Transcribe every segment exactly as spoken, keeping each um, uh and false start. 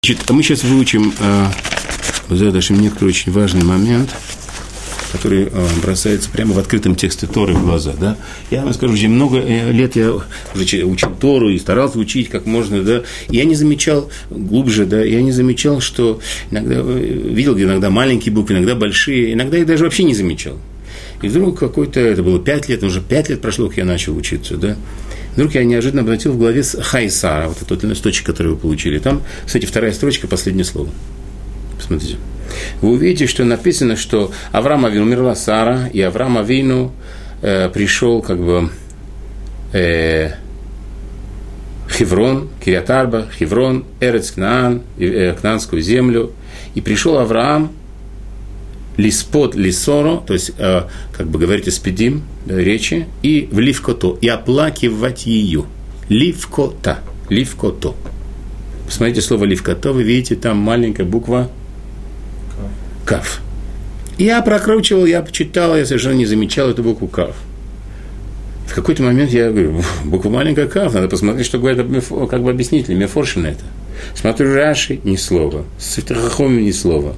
Значит, мы сейчас выучим, даже некоторый очень важный момент, который э, бросается прямо в открытом тексте Торы в глаза, да. Я вам скажу, уже много лет я уже учил Тору и старался учить как можно, да. И я не замечал глубже, да, я не замечал, что иногда, видел иногда маленькие буквы, иногда большие, иногда их даже вообще не замечал. И вдруг какой-то, это было пять лет, уже пять лет прошло, как я начал учиться, да. Вдруг я неожиданно обратил в главе Хайсара, вот тот листочек, который вы получили. Там, кстати, вторая строчка, последнее слово. Посмотрите. Вы увидите, что написано, что Авраам Авину умерла Сара, и Авраам Авину э, пришел как бы э, Хеврон, Кириат-Арба, Хеврон, Эрец Кнаан, э, Кнаанскую землю, и пришел Авраам Лиспот Лисоро, то есть, э, как бы говорите, спидим, да, речи, и в Ливкото, и оплакивать ее. Ливкота, Ливкото. Посмотрите слово Ливкото, вы видите, там маленькая буква Кав. Я прокручивал, я почитал, я совершенно не замечал эту букву Кав. В какой-то момент я говорю, буква маленькая Кав, надо посмотреть, что говорит, как бы объяснитель, Мефоршин это. Смотрю, Раши, ни слова, Сифтахахоми, ни слова.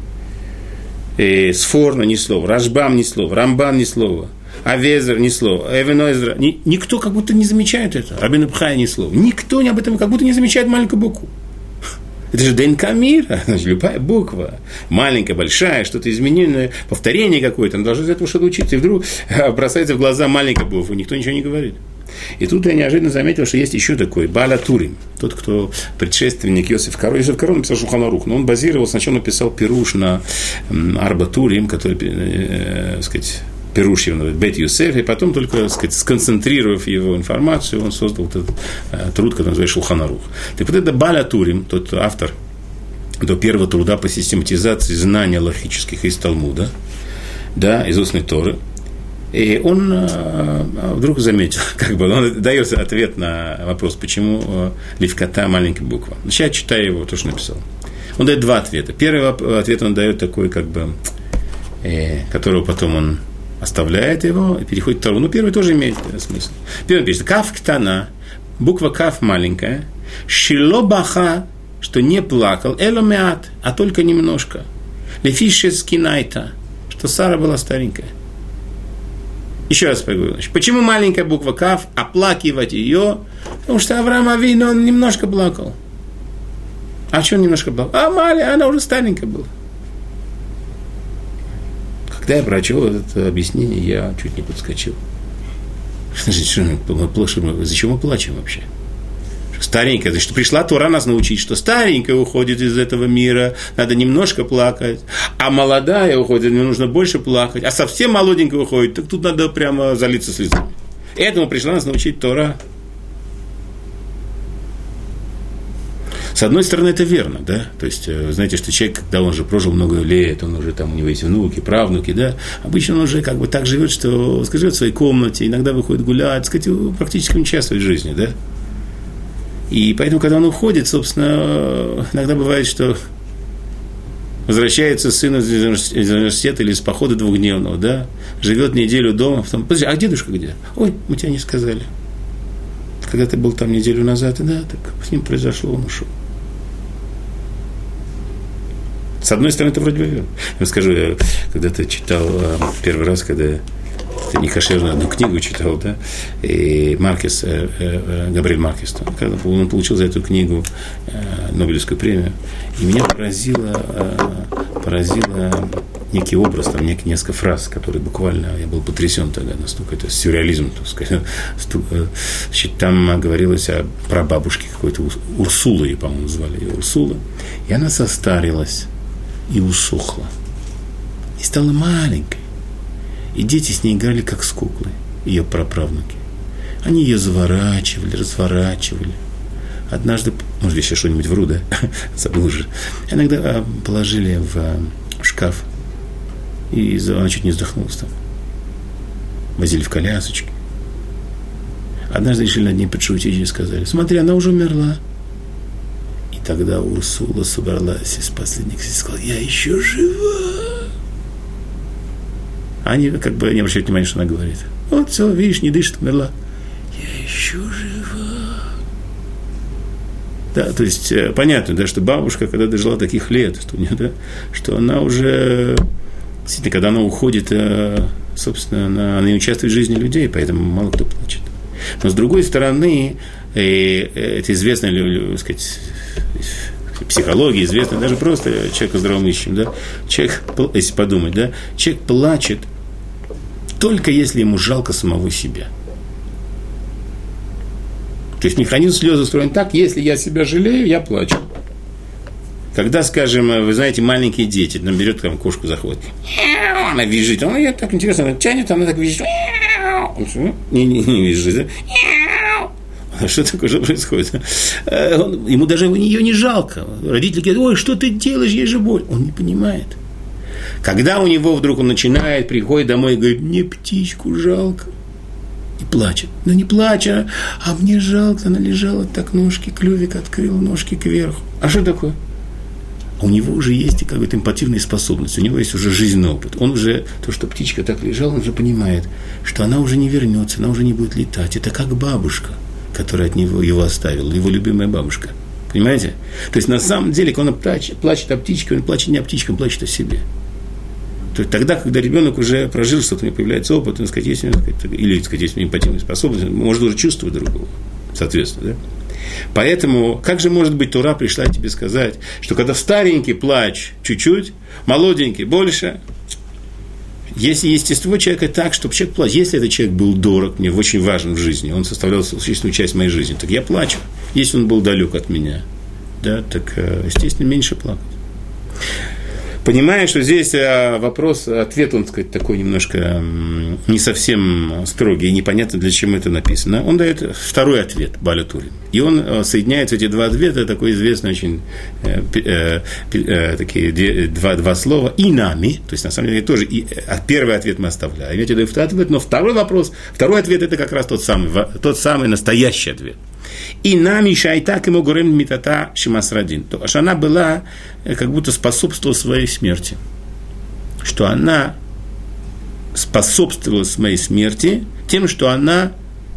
Сфорно ни слова, Рашбам ни слова, Рамбан ни слова, Авезер ни слова, Эвенойзер, никто как будто не замечает это, Рабин Абхай ни слова, никто об этом как будто не замечает маленькую букву. Это же ДНК мира, значит, любая буква, маленькая, большая, что-то измененное, повторение какое-то, он должен из этого что-то учиться, и вдруг бросается в глаза маленькая буква, никто ничего не говорит. И тут я неожиданно заметил, что есть еще такой Бааль ха-Турим, тот, кто предшественник Йосеф Каро. Йосеф Каро написал Шулхан Арух, но он базировал, сначала написал пируш на Арба Турим, который, э, э, сказать, пируш его называют Бет Йосеф, и потом только, так сказать, сконцентрировав его информацию, он создал этот э, труд, который называется Шулхан Арух. Так вот это Бааль ха-Турим, тот автор до первого труда по систематизации знания логических из Талмуда, да, из устной Торы. И он э, вдруг заметил, как бы, он дает ответ на вопрос, почему э, Ливкота маленькая буква. Сейчас я читаю его, то, что написал. Он дает два ответа. Первый ответ он дает такой, как бы, э, которого потом он оставляет его и переходит к второму. Ну, первый тоже имеет смысл. Первый пишет, Кав ктана, буква Кав маленькая, Шило баха, что не плакал, эломеат, а только немножко. Лефишес кинайта, что Сара была старенькая. Еще раз поговорю. Почему маленькая буква Кав, оплакивать ее? Потому что Авраам Авину, он немножко плакал. А что он немножко плакал? А Маля, она уже старенькая была. Когда я прочел это объяснение, я чуть не подскочил. Зачем мы плачем вообще? Старенькая, значит, пришла Тора нас научить, что старенькая уходит из этого мира, надо немножко плакать, а молодая уходит, мне нужно больше плакать, а совсем молоденькая уходит, так тут надо прямо залиться слезами. Этому пришла нас научить Тора. С одной стороны, это верно, да, то есть, знаете, что человек, когда он же прожил много лет, он уже там, у него есть внуки, правнуки, да, обычно он уже как бы так живет, что, живет в своей комнате, иногда выходит гулять, сказать, практически не участвует в жизни, да. И поэтому, когда он уходит, собственно, иногда бывает, что возвращается сын из университета или из похода двухдневного, да, живет неделю дома, потом, подожди, а дедушка где? Ой, мы тебе не сказали. Когда ты был там неделю назад, да, так с ним произошло, он ушел. С одной стороны, это вроде бы верно. Я скажу, я когда-то читал первый раз, когда это не кошерную одну книгу читал, да, и Маркес, э, э, Габриэль Маркес, когда он получил за эту книгу э, Нобелевскую премию, и меня поразило, э, поразило некий образ, там некие несколько фраз, которые буквально, я был потрясен тогда, настолько это сюрреализм, так сказать. Значит, там говорилось о прабабушке какой-то, Урсула ее, по-моему, звали ее Урсула, и она состарилась и усохла, и стала маленькой. И дети с ней играли, как с куклой, ее праправнуки. Они ее заворачивали, разворачивали. Однажды, может, я сейчас что-нибудь вру, да? Забыл уже. Иногда положили в шкаф, и она чуть не вздохнулась там. Возили в колясочке. Однажды решили над ней подшутить и сказали, смотри, она уже умерла. И тогда Урсула собралась из последних сил и сказала, я еще жива. Они как бы не обращают внимания, что она говорит. Вот, все, видишь, не дышит, умерла. Я еще жива. Да, то есть, понятно, да, что бабушка, когда дожила таких лет, что, да, что она уже, действительно, когда она уходит, собственно, она, она не участвует в жизни людей, поэтому мало кто плачет. Но, с другой стороны, это известно, так сказать, психология, известно, даже просто человеку здравомыслящему, да, человек, если подумать, да, человек плачет только если ему жалко самого себя. То есть механизм слезы устроен так, если я себя жалею, я плачу. Когда, скажем, вы знаете, маленькие дети, там берет там кошку, заходит, она визжит, она ей так интересно, она тянет, она так визжит, не, не, не визжит, да? А что такое, что происходит? Он, ему даже ее не жалко. Родители говорят, ой, что ты делаешь, ей же боль. Он не понимает. Когда у него вдруг он начинает, приходит домой и говорит, мне птичку жалко. И плачет. Ну не плача, а мне жалко, она лежала так, ножки, клювик открыл, ножки кверху. А что такое? У него уже есть какая-то эмпативная способность, у него есть уже жизненный опыт. Он уже, то, что птичка так лежала, он уже понимает, что она уже не вернется, она уже не будет летать. Это как бабушка, которая от него его оставила, его любимая бабушка. Понимаете? То есть, на самом деле, когда он плачет, плачет о птичке, он плачет не о птичке, он плачет о себе. То есть, тогда, когда ребенок уже прожил что-то, у него появляется опыт, он, сказать, есть, или, сказать, есть эмпативная способность, он может уже чувствовать другого, соответственно, да? Поэтому, как же, может быть, Тора пришла тебе сказать, что когда старенький плач чуть-чуть, молоденький больше, если естество человека так, чтобы человек плачет, если этот человек был дорог мне, очень важен в жизни, он составлял существенную часть моей жизни, так я плачу. Если он был далек от меня, да, так, естественно, меньше плакать. Понимая, что здесь вопрос, ответ, он, сказать, такой немножко не совсем строгий, и непонятно, для чего это написано. Он дает второй ответ, Бааля Турим. И он соединяет эти два ответа, такой известный очень, э, э, э, такие две, два, два слова, и нами, то есть, на самом деле, тоже, и, первый ответ мы оставляем, я тебе даю второй ответ, но второй вопрос, второй ответ, это как раз тот самый, тот самый настоящий ответ. И нами шайтак ему горем митата шимасрадин. То аж она была, как будто способствовала своей смерти. Что она способствовала своей смерти тем, что она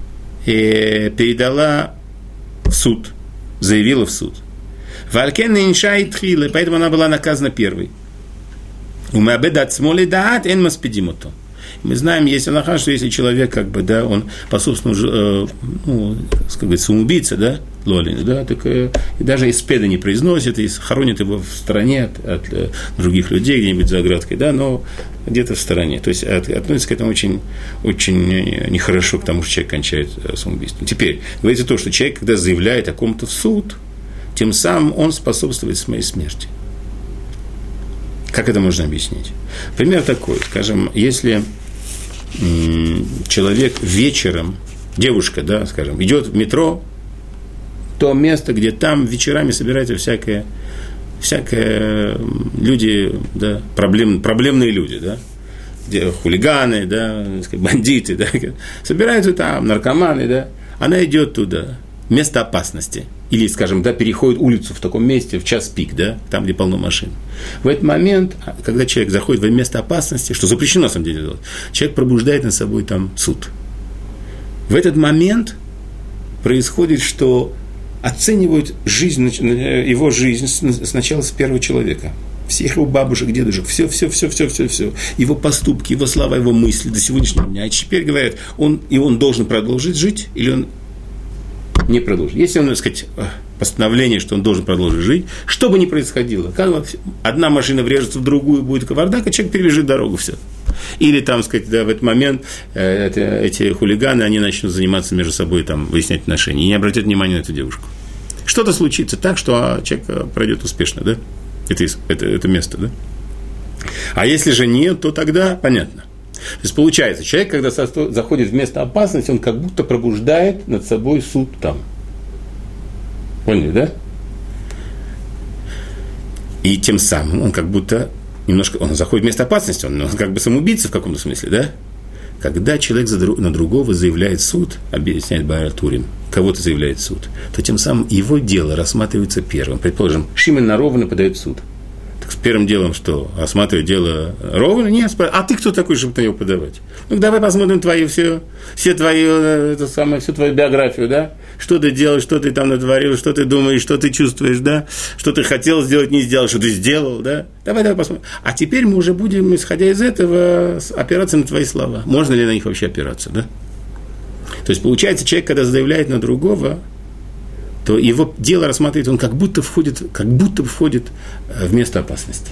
э, передала в суд, заявила в суд. Валькен иншай тхилы, поэтому она была наказана первой. Умабедат смоли даат эн маспидимото. Мы знаем, есть алаха, что если человек, как бы, да, он по собственному, э, ну, как говорится, самоубийца, да, лолин, да, так э, и даже испеда не произносит, и хоронит его в стороне от, от э, других людей, где-нибудь за оградкой, да, но где-то в стороне. То есть от, относится к этому очень, очень нехорошо, к тому, что человек кончает самоубийством. Теперь, говорится то, что человек, когда заявляет о ком-то в суд, тем самым он способствует своей смерти. Как это можно объяснить? Пример такой, скажем, если человек вечером, девушка, да, скажем, идет в метро, то место, где там вечерами собираются всякие, всякие люди, да, проблем, проблемные люди, да, где хулиганы, да, бандиты, да, собираются там, наркоманы, да, она идет туда, место опасности. Или, скажем, да, переходит улицу в таком месте в час пик, да, там, где полно машин. В этот момент, когда человек заходит в место опасности, что запрещено, на самом деле, делать, человек пробуждает над собой там суд. В этот момент происходит, что оценивают жизнь, его жизнь сначала с первого человека. Всех его бабушек, дедушек, все, все, все, все, все, все. Его поступки, его слова, его мысли до сегодняшнего дня. А теперь говорят, он, и он должен продолжить жить, или он не продолжит. Если он, так сказать, постановление, что он должен продолжить жить, что бы ни происходило, как одна машина врежется в другую, будет кавардак, а человек перебежит дорогу, все. Или там, так сказать, да, в этот момент э, это, эти хулиганы, они начнут заниматься между собой, там, выяснять отношения, и не обратят внимания на эту девушку. Что-то случится так, что человек пройдет успешно, да? Это, это, это место, да? А если же нет, то тогда понятно. То есть, получается, человек, когда заходит в место опасности, он как будто пробуждает над собой суд там. Поняли, да? И тем самым он как будто немножко, он заходит в место опасности, он, он как бы самоубийца в каком-то смысле, да? Когда человек на другого заявляет суд, объясняет Бааля Турим, кого-то заявляет суд, то тем самым его дело рассматривается первым. Предположим, Шимон на Рована подает в суд. Так с первым делом что? Осматривать дело Рована? Нет, а ты кто такой, чтобы на него подавать? Ну, давай посмотрим твои все, все твои, это самое, всю твою биографию, да? что ты делал, что ты там натворил, что ты думаешь, что ты чувствуешь, да, что ты хотел сделать, не сделал, что ты сделал, да. Давай, давай посмотрим. А теперь мы уже будем, исходя из этого, опираться на твои слова. Можно ли на них вообще опираться, да? То есть, получается, человек, когда заявляет на другого, то его дело рассматривает, он как будто входит, как будто входит в место опасности.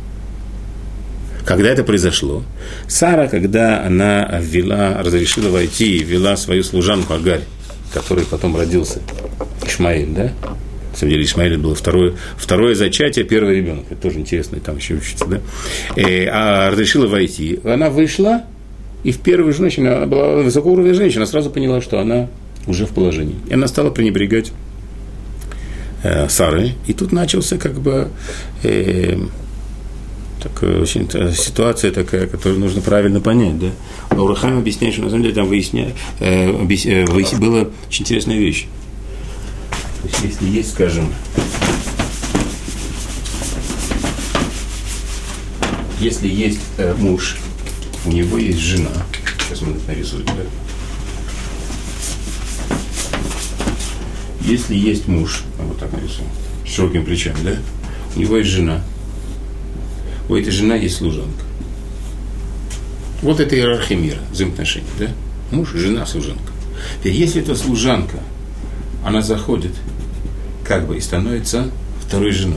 Когда это произошло, Сара, когда она ввела, разрешила войти и ввела свою служанку Агарь, который потом родился, Ишмаэль, да? На самом деле Ишмаэль было второе, второе зачатие, первый ребенок. Это тоже интересно, там еще учится, да? И, а разрешила войти. Она вышла, и в первую же ночь, она была высокого уровня женщина, сразу поняла, что она уже в положении. И она стала пренебрегать э, Сарой. И тут начался как бы... Э, такая очень ситуация такая, которую нужно правильно понять, да. Ор ха-Хаим объясняет, что на самом деле там выясня, э, объяс, э, выяс, была очень интересная вещь. То есть, если есть, скажем, если есть э, муж, у него есть жена. Сейчас мы нарисуем, да. Если есть муж, вот так нарисуем, с широкими плечами, да, у него есть жена. У этой жены есть служанка. Вот это иерархия мира, взаимоотношений, да? Муж, жена, служанка. Теперь, если эта служанка, она заходит, как бы, и становится второй женой.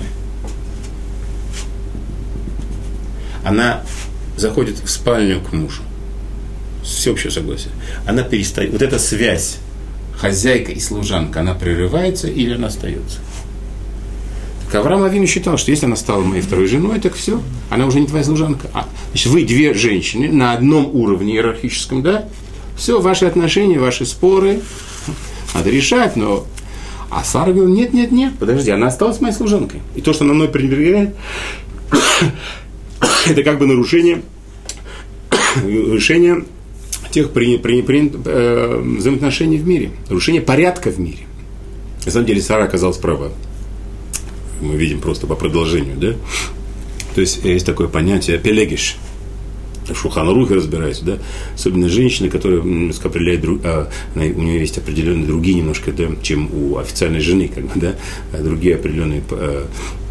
Она заходит в спальню к мужу. Всеобщее согласие. Она перестает, вот эта связь, хозяйка и служанка, она прерывается или она остается? Авраам Авину считал, что если она стала моей второй женой, так все, она уже не твоя служанка. А, значит, вы две женщины на одном уровне иерархическом, да? Все, ваши отношения, ваши споры надо решать, но... А Сара говорила, нет, нет, нет, подожди, она осталась моей служанкой. И то, что она мной пренебрегает, это как бы нарушение, нарушение тех при, при, при, э, взаимоотношений в мире, нарушение порядка в мире. На самом деле Сара оказалась права. Мы видим просто по продолжению, да? То есть, есть такое понятие пелегиш. В Шулхан Арухе разбирается, да? Особенно женщины, которые определяют, а, у нее есть определенные другие немножко, да, чем у официальной жены, как бы, да? А другие определенные а,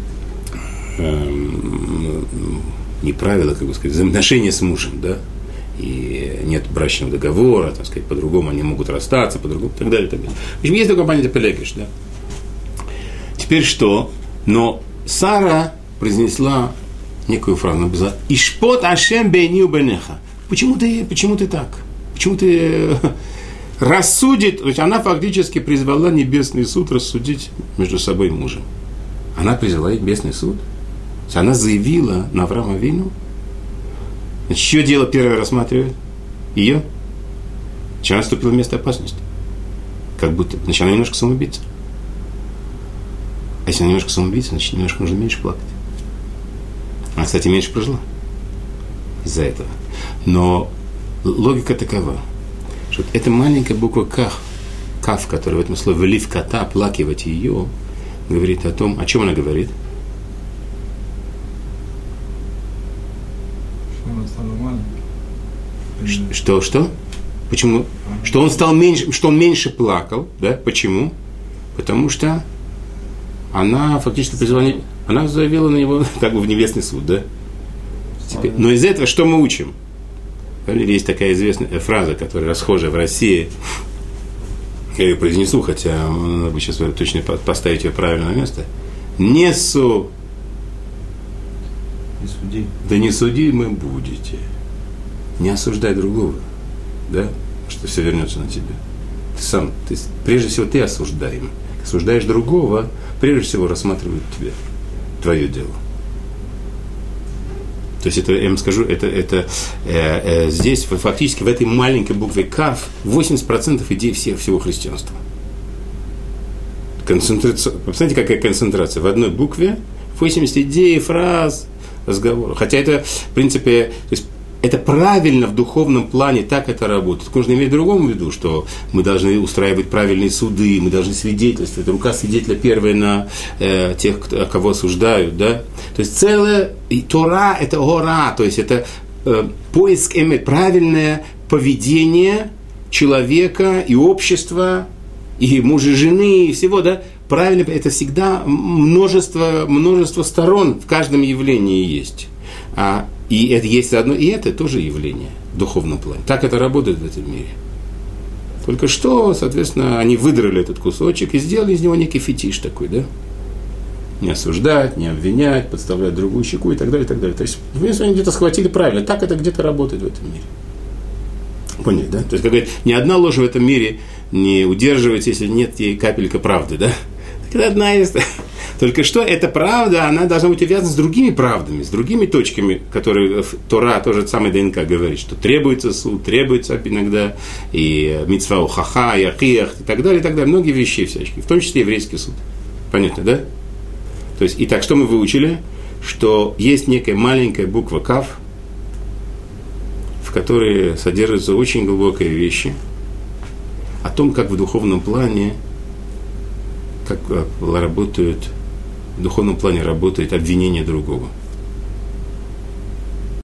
а, не правила, как бы сказать, взаимоотношения с мужем, да? И нет брачного договора, так сказать, по-другому они могут расстаться, по-другому, и так далее, и так далее. В общем, есть такое понятие пелегиш, да? Теперь что? Но Сара произнесла некую фразу, «Ишпот Ашем бейни у бейнеха». Почему ты, почему ты так? Почему ты рассудит? То есть она фактически призвала небесный суд рассудить между собой и мужем. Она призвала небесный суд. То есть она заявила на Авраама Авину. Значит, чье дело первое рассматривает? Ее? Значит, она вступила в место опасности. Как будто. Значит, она немножко самоубийца. А если она немножко самоубийца, значит, немножко нужно меньше плакать. Она, кстати, меньше прожила из-за этого. Но логика такова, что эта маленькая буква «кав», «кав», которая в этом слове «велив кота», «плакивать ее», говорит о том, о чем она говорит? Что она стала маленькой. Что, что? Почему? Что он стал меньше, что он меньше плакал, да? Почему? Потому что она фактически призвала, она заявила на него как бы в небесный суд, да? Теперь, но из этого что мы учим? Есть такая известная фраза, которая расхожая в России. Я ее произнесу, хотя надо бы сейчас точно поставить ее правильно на место. Не су. Не суди. Да не судимы будете. Не осуждай другого, да? Что все вернется на тебя. Ты сам, ты, прежде всего ты осуждаем. Осуждаешь другого, прежде всего рассматривают тебя, твое дело. То есть это, я вам скажу, это, это э, э, здесь фактически в этой маленькой букве «кав» восемьдесят процентов идей всех, всего христианства. Концентрация, посмотрите, какая концентрация. В одной букве восемьдесят идей, фраз, разговоров. Хотя это, в принципе, то есть это правильно в духовном плане, так это работает. Нужно иметь в другом виду, что мы должны устраивать правильные суды, мы должны свидетельствовать. Рука свидетеля первая на э, тех, кто, кого осуждают. Да? То есть целая и Тора – это гора, то есть это э, поиск эмет, правильное поведение человека и общества и мужа, жены, и всего, да, правильно, это всегда множество, множество сторон в каждом явлении есть. А, и это есть одно, и это тоже явление в духовном плане. Так это работает в этом мире. Только что, соответственно, они выдрали этот кусочек и сделали из него некий фетиш такой, да? Не осуждать, не обвинять, подставлять другую щеку и так далее, и так далее. То есть, в принципе, они где-то схватили правильно. Так это где-то работает в этом мире. Поняли, да? То есть, как говорят, ни одна ложь в этом мире не удерживается, если нет ей капелька правды, да? Так это одна из... Только что эта правда, она должна быть увязана с другими правдами, с другими точками, которые Тора, тоже самое ДНК говорит, что требуется суд, требуется иногда и мицва ухаха, и ахиях, и так далее, и так далее. Многие вещи всяческие, в том числе еврейский суд. Понятно, да? То есть, итак, что мы выучили? Что есть некая маленькая буква Кав, в которой содержатся очень глубокие вещи о том, как в духовном плане, как работают, в духовном плане работает обвинение другого.